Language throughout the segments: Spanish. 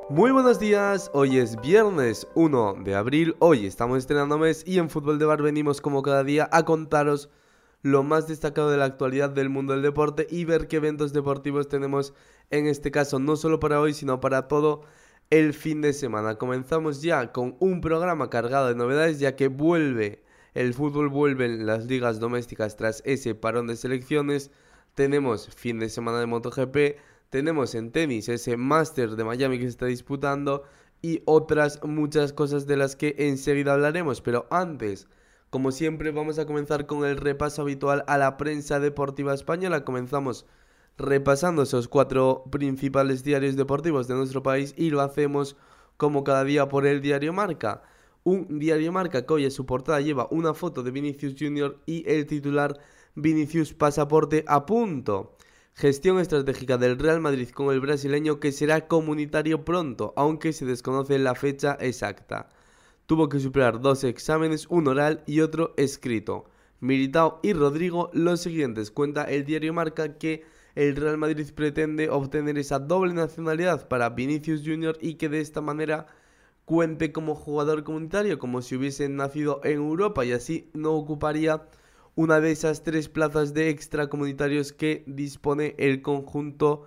Muy buenos días, hoy es viernes 1 de abril, hoy estamos estrenando mes y en Fútbol de Bar venimos como cada día a contaros lo más destacado de la actualidad del mundo del deporte y ver qué eventos deportivos tenemos en este caso no solo para hoy sino para todo el fin de semana. Comenzamos ya con un programa cargado de novedades ya que el fútbol vuelve en las ligas domésticas tras ese parón de selecciones. Tenemos fin de semana de MotoGP, tenemos en tenis ese Master de Miami que se está disputando y otras muchas cosas de las que enseguida hablaremos. Pero antes, como siempre, vamos a comenzar con el repaso habitual a la prensa deportiva española. Comenzamos repasando esos 4 principales diarios deportivos de nuestro país y lo hacemos como cada día por el diario Marca. Un diario Marca que hoy en su portada lleva una foto de Vinicius Junior y el titular Vinicius pasaporte a punto. Gestión estratégica del Real Madrid con el brasileño que será comunitario pronto, aunque se desconoce la fecha exacta. Tuvo que superar 2 exámenes, un oral y otro escrito. Militao y Rodrigo los siguientes. Cuenta el diario Marca que el Real Madrid pretende obtener esa doble nacionalidad para Vinicius Junior y que de esta manera cuente como jugador comunitario, como si hubiese nacido en Europa y así no ocuparía una de esas 3 plazas de extracomunitarios que dispone el conjunto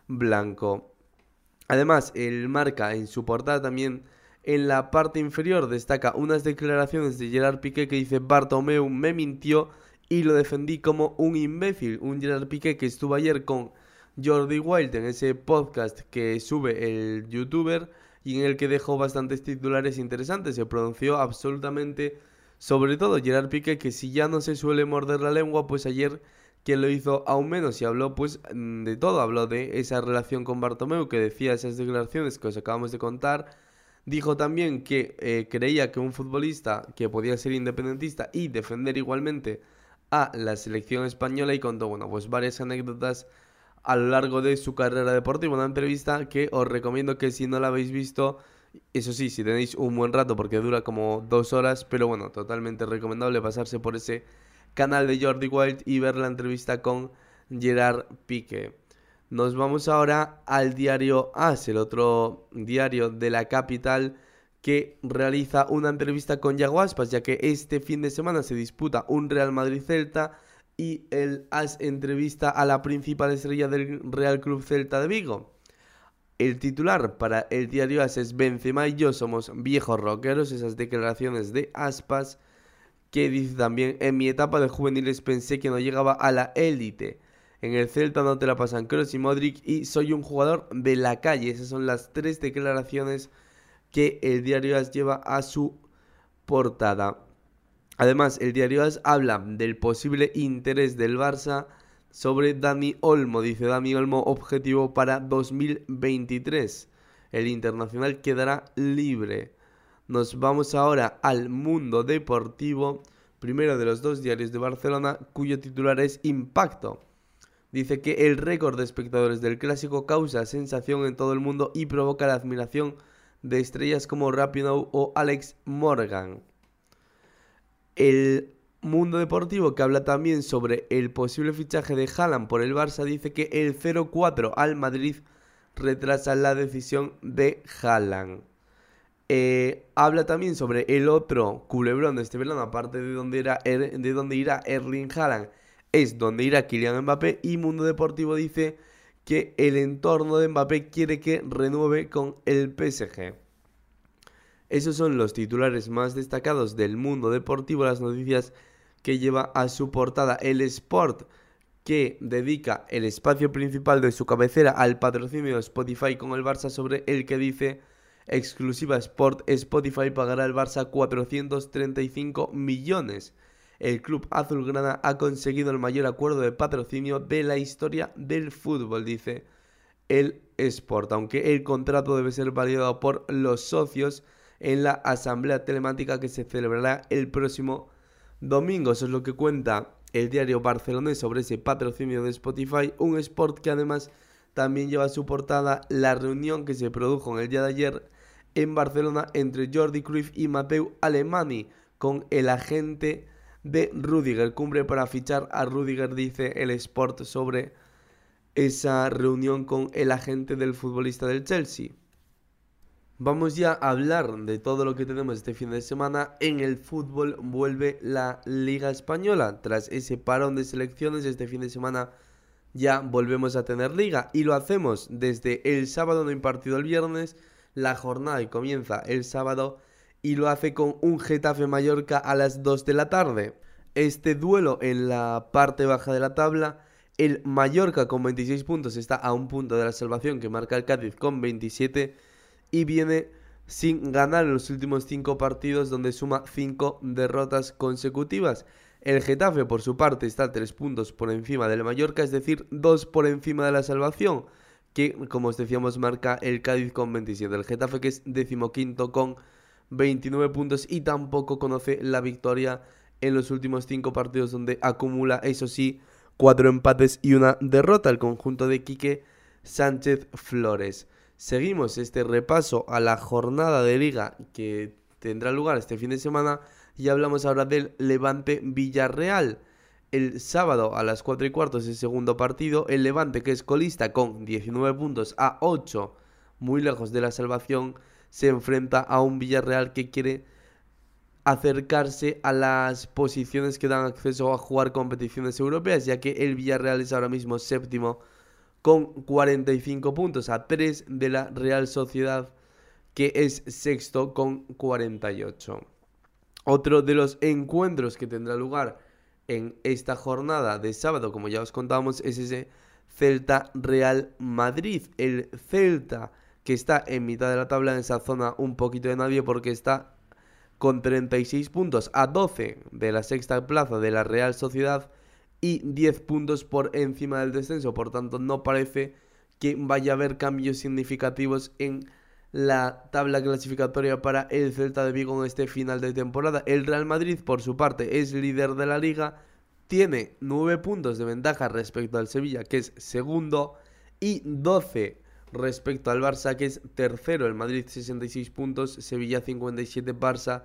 blanco. Además, el Marca en su portada también en la parte inferior destaca unas declaraciones de Gerard Piqué que dice: Bartomeu me mintió y lo defendí como un imbécil. Un Gerard Piqué que estuvo ayer con Jordi Wild en ese podcast que sube el youtuber y en el que dejó bastantes titulares interesantes. Se pronunció absolutamente sobre todo Gerard Piqué, que si ya no se suele morder la lengua, pues ayer quien lo hizo aún menos y habló pues de todo. Habló de esa relación con Bartomeu, que decía esas declaraciones que os acabamos de contar. Dijo también que creía que un futbolista que podía ser independentista y defender igualmente a la selección española, y contó, bueno, pues varias anécdotas a lo largo de su carrera deportiva. Una entrevista que os recomiendo que si no la habéis visto, eso sí, si tenéis un buen rato porque dura como 2 horas, pero bueno, totalmente recomendable pasarse por ese canal de Jordi Wild y ver la entrevista con Gerard Piqué. Nos vamos ahora al diario AS, el otro diario de la capital, que realiza una entrevista con Yago Aspas, ya que este fin de semana se disputa un Real Madrid-Celta y el AS entrevista a la principal estrella del Real Club Celta de Vigo. El titular para el diario AS es: Benzema y yo somos viejos rockeros. Esas declaraciones de Aspas, que dice también: en mi etapa de juveniles pensé que no llegaba a la élite. En el Celta no te la pasan Kroos y Modric y soy un jugador de la calle. Esas son las 3 declaraciones que el diario AS lleva a su portada. Además, el diario AS habla del posible interés del Barça sobre Dani Olmo. Dice Dani Olmo objetivo para 2023. El internacional quedará libre. Nos vamos ahora al Mundo Deportivo, primero de los 2 diarios de Barcelona, cuyo titular es Impacto. Dice que el récord de espectadores del Clásico causa sensación en todo el mundo y provoca la admiración de estrellas como Rapinoe o Alex Morgan. El Mundo Deportivo, que habla también sobre el posible fichaje de Haaland por el Barça, dice que el 0-4 al Madrid retrasa la decisión de Haaland. Habla también sobre el otro culebrón de este verano, aparte de donde irá Erling Haaland, es donde irá Kylian Mbappé. Y Mundo Deportivo dice que el entorno de Mbappé quiere que renueve con el PSG. Esos son los titulares más destacados del Mundo Deportivo, las noticias que lleva a su portada el Sport, que dedica el espacio principal de su cabecera al patrocinio de Spotify con el Barça, sobre el que dice: exclusiva Sport, Spotify pagará al Barça 435 millones. El club azulgrana ha conseguido el mayor acuerdo de patrocinio de la historia del fútbol, dice el Sport, aunque el contrato debe ser validado por los socios en la asamblea telemática que se celebrará el próximo domingo. Eso es lo que cuenta el diario barcelonés sobre ese patrocinio de Spotify. Un Sport que además también lleva a su portada la reunión que se produjo en el día de ayer en Barcelona entre Jordi Cruyff y Mateu Alemany con el agente de Rüdiger. Cumbre para fichar a Rüdiger, dice el Sport sobre esa reunión con el agente del futbolista del Chelsea. Vamos ya a hablar de todo lo que tenemos este fin de semana. En el fútbol vuelve la Liga Española. Tras ese parón de selecciones, este fin de semana ya volvemos a tener liga. Y lo hacemos desde el sábado, no hay partido el viernes. La jornada comienza el sábado y lo hace con un Getafe Mallorca a las 2 de la tarde. Este duelo en la parte baja de la tabla. El Mallorca con 26 puntos está a un punto de la salvación que marca el Cádiz con 27 y viene sin ganar en los últimos 5 partidos, donde suma 5 derrotas consecutivas. El Getafe, por su parte, está 3 puntos por encima del Mallorca, es decir, 2 por encima de la salvación, que, como os decíamos, marca el Cádiz con 27. El Getafe, que es 15º con 29 puntos y tampoco conoce la victoria en los últimos 5 partidos, donde acumula, eso sí, 4 empates y una derrota, el conjunto de Quique Sánchez Flores. Seguimos este repaso a la jornada de liga que tendrá lugar este fin de semana y hablamos ahora del Levante Villarreal. El sábado a las 4:15 es el segundo partido. El Levante, que es colista con 19 puntos a 8, muy lejos de la salvación, se enfrenta a un Villarreal que quiere acercarse a las posiciones que dan acceso a jugar competiciones europeas, ya que el Villarreal es ahora mismo séptimo con 45 puntos, a 3 de la Real Sociedad, que es sexto con 48. Otro de los encuentros que tendrá lugar en esta jornada de sábado, como ya os contábamos, es ese Celta-Real Madrid. El Celta, que está en mitad de la tabla, en esa zona un poquito de nadie, porque está con 36 puntos a 12 de la sexta plaza de la Real Sociedad y 10 puntos por encima del descenso. Por tanto, no parece que vaya a haber cambios significativos en la tabla clasificatoria para el Celta de Vigo en este final de temporada. El Real Madrid, por su parte, es líder de la liga, tiene 9 puntos de ventaja respecto al Sevilla, que es segundo, y 12 respecto al Barça, que es tercero. El Madrid 66 puntos, Sevilla 57, Barça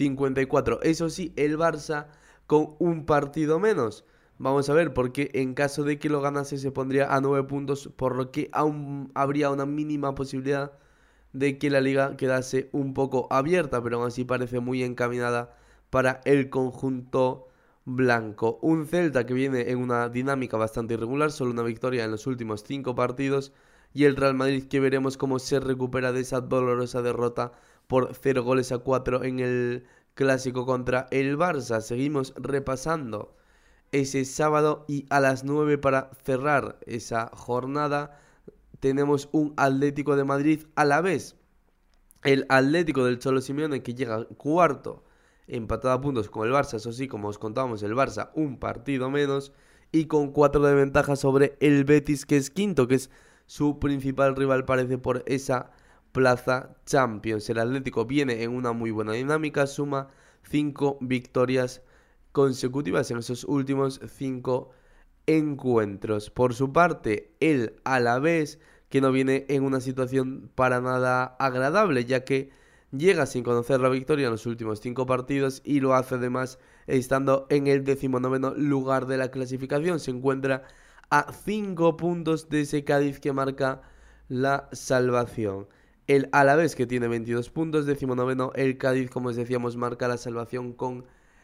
54. Eso sí, el Barça con un partido menos. Vamos a ver, porque en caso de que lo ganase se pondría a 9 puntos, por lo que aún habría una mínima posibilidad de que la liga quedase un poco abierta, pero aún así parece muy encaminada para el conjunto blanco. Un Celta que viene en una dinámica bastante irregular, solo una victoria en los últimos 5 partidos, y el Real Madrid, que veremos cómo se recupera de esa dolorosa derrota por 0-4 en el clásico contra el Barça. Seguimos repasando ese sábado y a las 9 para cerrar esa jornada tenemos un Atlético de Madrid a la vez. El Atlético del Cholo Simeone, que llega cuarto, empatado a puntos con el Barça. Eso sí, como os contábamos, el Barça un partido menos y con 4 de ventaja sobre el Betis, que es quinto, que es su principal rival, parece, por esa plaza Champions. El Atlético viene en una muy buena dinámica, suma 5 victorias consecutivas en esos últimos 5 encuentros. Por su parte, el Alavés, que no viene en una situación para nada agradable, ya que llega sin conocer la victoria en los últimos 5 partidos y lo hace además estando en el 19º lugar de la clasificación. Se encuentra a 5 puntos de ese Cádiz que marca la salvación. El Alavés, que tiene 22 puntos, 19º. El Cádiz, como os decíamos, marca la salvación con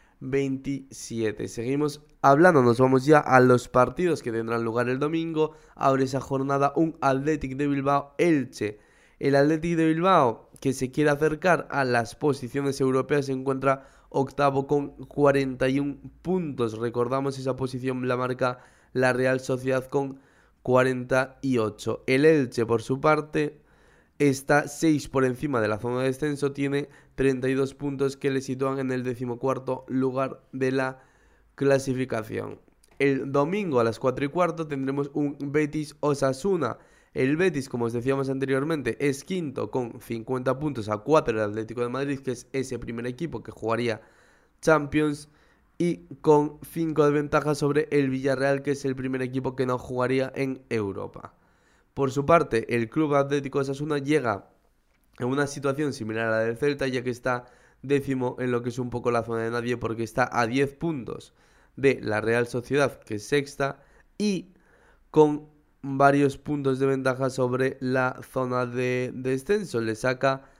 27. Seguimos hablando, nos vamos ya a los partidos que tendrán lugar el domingo. Abre esa jornada un Athletic de Bilbao Elche. El Athletic de Bilbao, que se quiere acercar a las posiciones europeas, se encuentra octavo con 41 puntos. Recordamos, esa posición la marca la Real Sociedad con 48. El Elche, por su parte, está 6 por encima de la zona de descenso, tiene 32 puntos que le sitúan en el 14º lugar de la clasificación. El domingo a las 4:15 tendremos un Betis Osasuna. El Betis, como os decíamos anteriormente, es quinto con 50 puntos a 4 del Atlético de Madrid, que es ese primer equipo que jugaría Champions, y con 5 de ventaja sobre el Villarreal, que es el primer equipo que no jugaría en Europa. Por su parte, el Club Atlético Osasuna llega en una situación similar a la del Celta, ya que está décimo en lo que es un poco la zona de nadie, porque está a 10 puntos de la Real Sociedad, que es sexta, y con varios puntos de ventaja sobre la zona de descenso. Le saca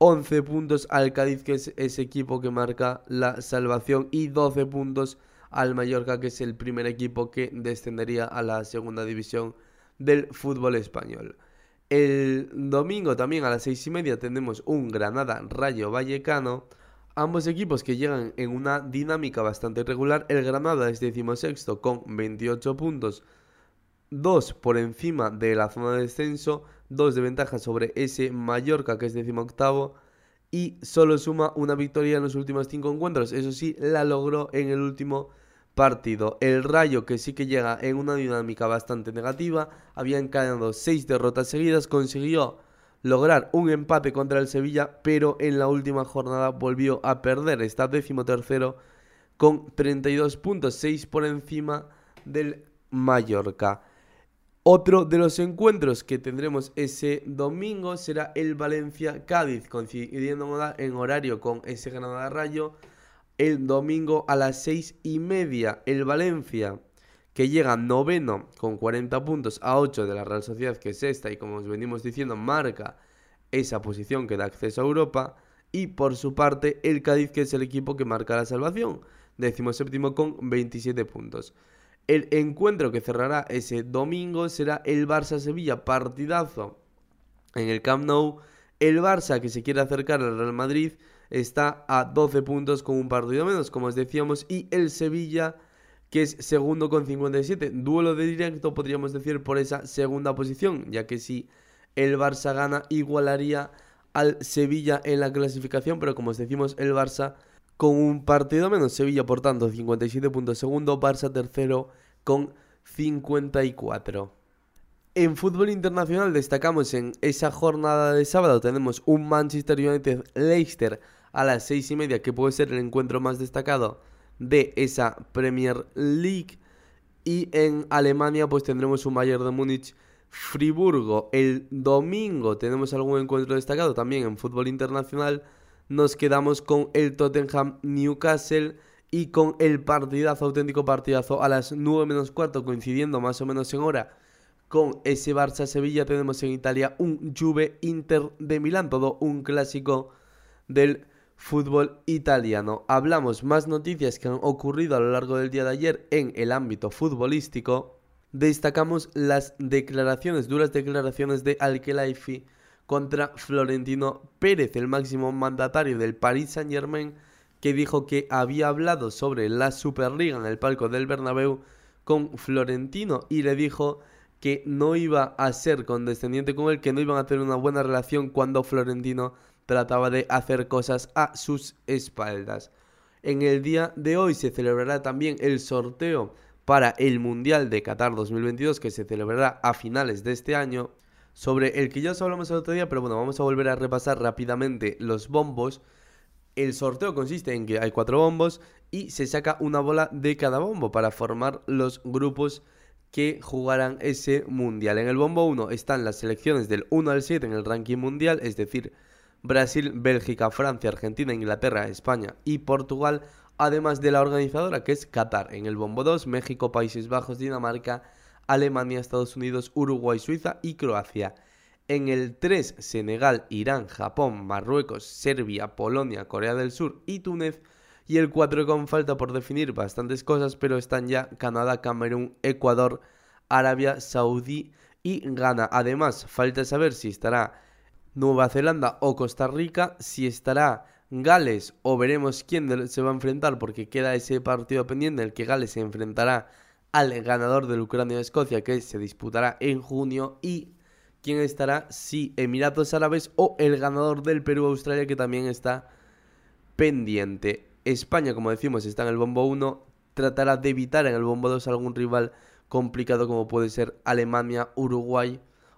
11 puntos al Cádiz, que es ese equipo que marca la salvación, y 12 puntos al Mallorca, que es el primer equipo que descendería a la segunda división del fútbol español. El domingo también a las 6:30 tendremos un Granada-Rayo Vallecano. Ambos equipos que llegan en una dinámica bastante irregular. El Granada es 16º con 28 puntos, 2 por encima de la zona de descenso, 2 de ventaja sobre ese Mallorca que es 18º y solo suma una victoria en los últimos 5 encuentros. Eso sí, la logró en el último partido. El Rayo, que sí que llega en una dinámica bastante negativa, había encadenado 6 derrotas seguidas, consiguió lograr un empate contra el Sevilla, pero en la última jornada volvió a perder. Está 13º con 32 puntos, 6 por encima del Mallorca. Otro de los encuentros que tendremos ese domingo será el Valencia-Cádiz, coincidiendo en horario con ese Granada-Rayo. El domingo a las 6:30, el Valencia, que llega noveno con 40 puntos a 8 de la Real Sociedad, que es sexta, y como os venimos diciendo, marca esa posición que da acceso a Europa. Y por su parte, el Cádiz, que es el equipo que marca la salvación, 17º con 27 puntos. El encuentro que cerrará ese domingo será el Barça-Sevilla, partidazo en el Camp Nou. El Barça, que se quiere acercar al Real Madrid, está a 12 puntos con un partido menos, como os decíamos, y el Sevilla, que es segundo con 57. Duelo de directo, podríamos decir, por esa segunda posición, ya que si el Barça gana, igualaría al Sevilla en la clasificación, pero como os decimos, el Barça con un partido menos. Sevilla, por tanto, 57 puntos segundo, Barça tercero con 54. En fútbol internacional destacamos en esa jornada de sábado, tenemos un Manchester United-Leicester a las 6:30, que puede ser el encuentro más destacado de esa Premier League. Y en Alemania pues tendremos un Bayern de Múnich-Friburgo. El domingo tenemos algún encuentro destacado también en fútbol internacional. Nos quedamos con el Tottenham-Newcastle y con el partidazo, auténtico partidazo, a las 9:15, coincidiendo más o menos en hora con ese Barça-Sevilla. Tenemos en Italia un Juve-Inter de Milán, todo un clásico del fútbol italiano. Hablamos más noticias que han ocurrido a lo largo del día de ayer en el ámbito futbolístico. Destacamos las declaraciones, duras declaraciones de Al-Khelaifi contra Florentino Pérez, el máximo mandatario del Paris Saint-Germain, que dijo que había hablado sobre la Superliga en el palco del Bernabéu con Florentino y le dijo que no iba a ser condescendiente con él, que no iban a tener una buena relación cuando Florentino trataba de hacer cosas a sus espaldas. En el día de hoy se celebrará también el sorteo para el Mundial de Qatar 2022, que se celebrará a finales de este año, sobre el que ya os hablamos el otro día, pero bueno, vamos a volver a repasar rápidamente los bombos. El sorteo consiste en que hay 4 bombos y se saca una bola de cada bombo para formar los grupos que jugarán ese mundial. En el bombo 1 están las selecciones del 1 al 7 en el ranking mundial, es decir, Brasil, Bélgica, Francia, Argentina, Inglaterra, España y Portugal, además de la organizadora, que es Qatar. En el bombo 2, México, Países Bajos, Dinamarca, Alemania, Estados Unidos, Uruguay, Suiza y Croacia. En el 3, Senegal, Irán, Japón, Marruecos, Serbia, Polonia, Corea del Sur y Túnez. Y el 4, con falta por definir bastantes cosas, pero están ya Canadá, Camerún, Ecuador, Arabia Saudí y Ghana. Además, falta saber si estará Nueva Zelanda o Costa Rica, si estará Gales, o veremos quién se va a enfrentar, porque queda ese partido pendiente en el que Gales se enfrentará al ganador del Ucrania-Escocia, que se disputará en junio, y quién estará, si Emiratos Árabes o el ganador del Perú-Australia, que también está pendiente. España, como decimos, está en el bombo 1, tratará de evitar en el bombo 2 algún rival complicado como puede ser Alemania, Uruguay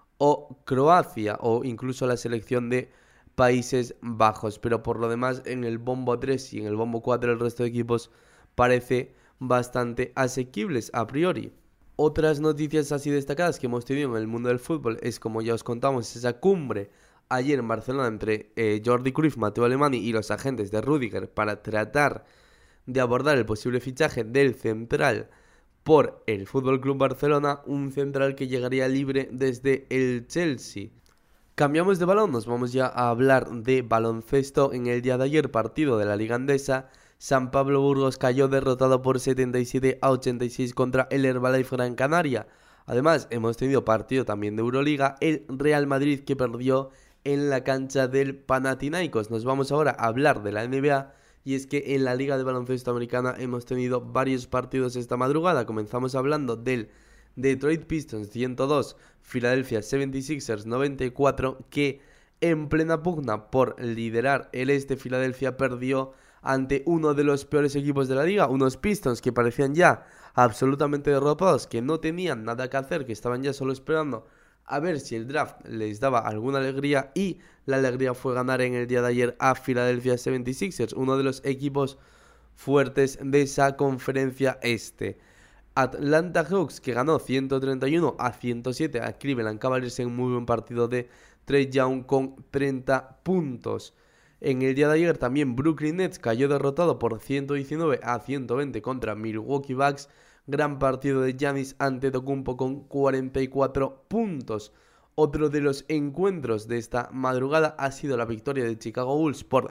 o Croacia, o incluso la selección de Países Bajos. Pero por lo demás, en el bombo 3 y en el bombo 4 el resto de equipos parece bastante asequibles a priori. Otras noticias así destacadas que hemos tenido en el mundo del fútbol es, como ya os contamos, esa cumbre ayer en Barcelona entre Jordi Cruyff, Matteo Alemany y los agentes de Rüdiger para tratar de abordar el posible fichaje del central por el FC Barcelona, un central que llegaría libre desde el Chelsea. Cambiamos de balón, nos vamos ya a hablar de baloncesto. En el día de ayer, partido de la Liga Endesa, San Pablo Burgos cayó derrotado por 77-86 contra el Herbalife Gran Canaria. Además, hemos tenido partido también de Euroliga, el Real Madrid que perdió en la cancha del Panathinaikos. Nos vamos ahora a hablar de la NBA, y es que en la Liga de Baloncesto Americana hemos tenido varios partidos esta madrugada. Comenzamos hablando del Detroit Pistons 102, Philadelphia 76ers 94, que en plena pugna por liderar el este, Filadelfia perdió ante uno de los peores equipos de la liga, unos Pistons que parecían ya absolutamente derrotados, que no tenían nada que hacer, que estaban ya solo esperando a ver si el draft les daba alguna alegría, y la alegría fue ganar en el día de ayer a Philadelphia 76ers, uno de los equipos fuertes de esa conferencia este. Atlanta Hawks, que ganó 131-107 a Cleveland Cavaliers en un muy buen partido de Trae Young con 30 puntos. En el día de ayer también Brooklyn Nets cayó derrotado por 119-120 contra Milwaukee Bucks. Gran partido de Giannis Antetokounmpo con 44 puntos. Otro de los encuentros de esta madrugada ha sido la victoria de Chicago Bulls por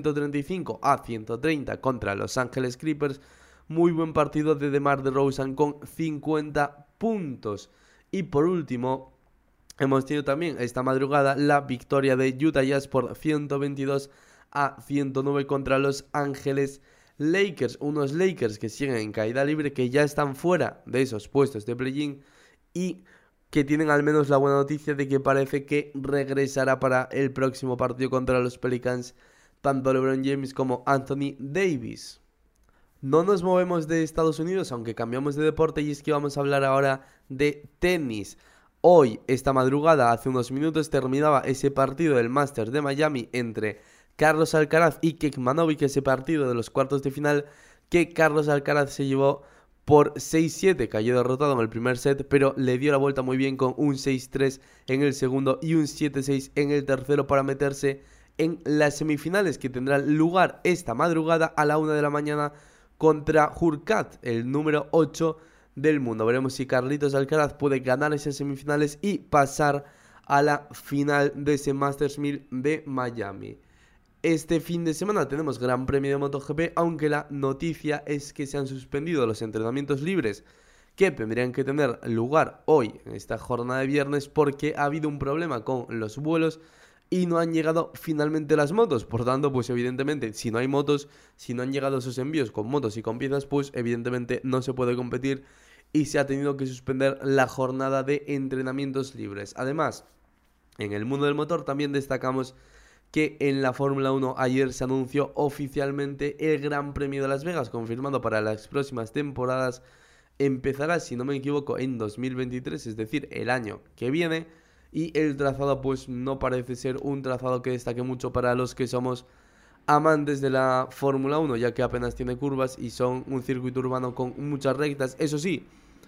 135-130 contra Los Angeles Clippers. Muy buen partido de DeMar DeRozan con 50 puntos. Y por último, hemos tenido también esta madrugada la victoria de Utah Jazz por 122-109 contra Los Ángeles Lakers. Unos Lakers que siguen en caída libre, que ya están fuera de esos puestos de play-in y que tienen al menos la buena noticia de que parece que regresará para el próximo partido contra los Pelicans tanto LeBron James como Anthony Davis. No nos movemos de Estados Unidos, aunque cambiamos de deporte, y es que vamos a hablar ahora de tenis. Hoy, esta madrugada, hace unos minutos, terminaba ese partido del Masters de Miami entre Carlos Alcaraz y Kekmanovic, ese partido de los cuartos de final que Carlos Alcaraz se llevó por 6-7, cayó derrotado en el primer set, pero le dio la vuelta muy bien con un 6-3 en el segundo y un 7-6 en el tercero para meterse en las semifinales que tendrán lugar esta madrugada a la 1 de la mañana contra Hurkacz, el número 8 del mundo. Veremos si Carlitos Alcaraz puede ganar esas semifinales y pasar a la final de ese Masters 1000 de Miami. Este fin de semana tenemos Gran Premio de MotoGP, aunque la noticia es que se han suspendido los entrenamientos libres que tendrían que tener lugar hoy, en esta jornada de viernes, porque ha habido un problema con los vuelos y no han llegado finalmente las motos. Por tanto, pues evidentemente, si no hay motos, si no han llegado esos envíos con motos y con piezas, pues evidentemente no se puede competir y se ha tenido que suspender la jornada de entrenamientos libres. Además, en el mundo del motor también destacamos que en la Fórmula 1 ayer se anunció oficialmente el Gran Premio de Las Vegas, confirmado para las próximas temporadas. Empezará, si no me equivoco, en 2023, es decir, el año que viene. Y el trazado pues no parece ser un trazado que destaque mucho para los que somos amantes de la Fórmula 1, ya que apenas tiene curvas y son un circuito urbano con muchas rectas. Eso sí,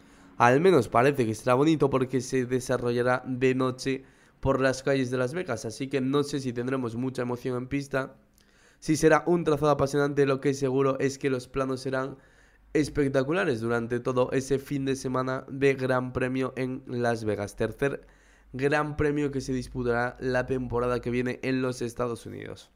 al menos parece que será bonito porque se desarrollará de noche por las calles de Las Vegas, así que no sé si tendremos mucha emoción en pista. Si será un trazado apasionante, lo que es seguro es que los planos serán espectaculares durante todo ese fin de semana de Gran Premio en Las Vegas. Tercer Gran Premio que se disputará la temporada que viene en los Estados Unidos.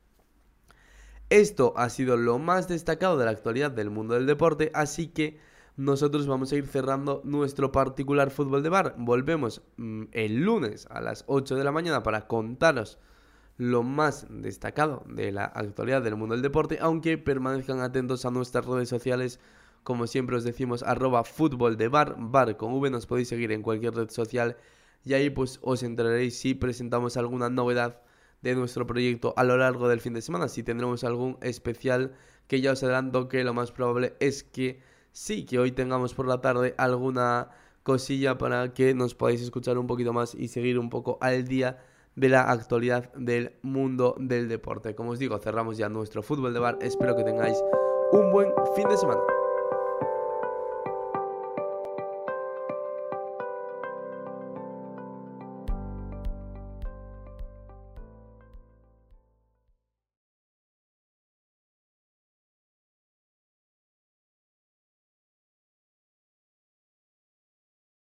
Esto ha sido lo más destacado de la actualidad del mundo del deporte, así que nosotros vamos a ir cerrando nuestro particular fútbol de bar. Volvemos el lunes a las 8 de la mañana para contaros lo más destacado de la actualidad del mundo del deporte, aunque permanezcan atentos a nuestras redes sociales. Como siempre os decimos, @futboldebar, bar con V, nos podéis seguir en cualquier red social y ahí pues os enteraréis si presentamos alguna novedad de nuestro proyecto a lo largo del fin de semana, si tendremos algún especial, que ya os adelanto que lo más probable es que sí, que hoy tengamos por la tarde alguna cosilla para que nos podáis escuchar un poquito más y seguir un poco al día de la actualidad del mundo del deporte. Como os digo, cerramos ya nuestro fútbol de bar. Espero que tengáis un buen fin de semana.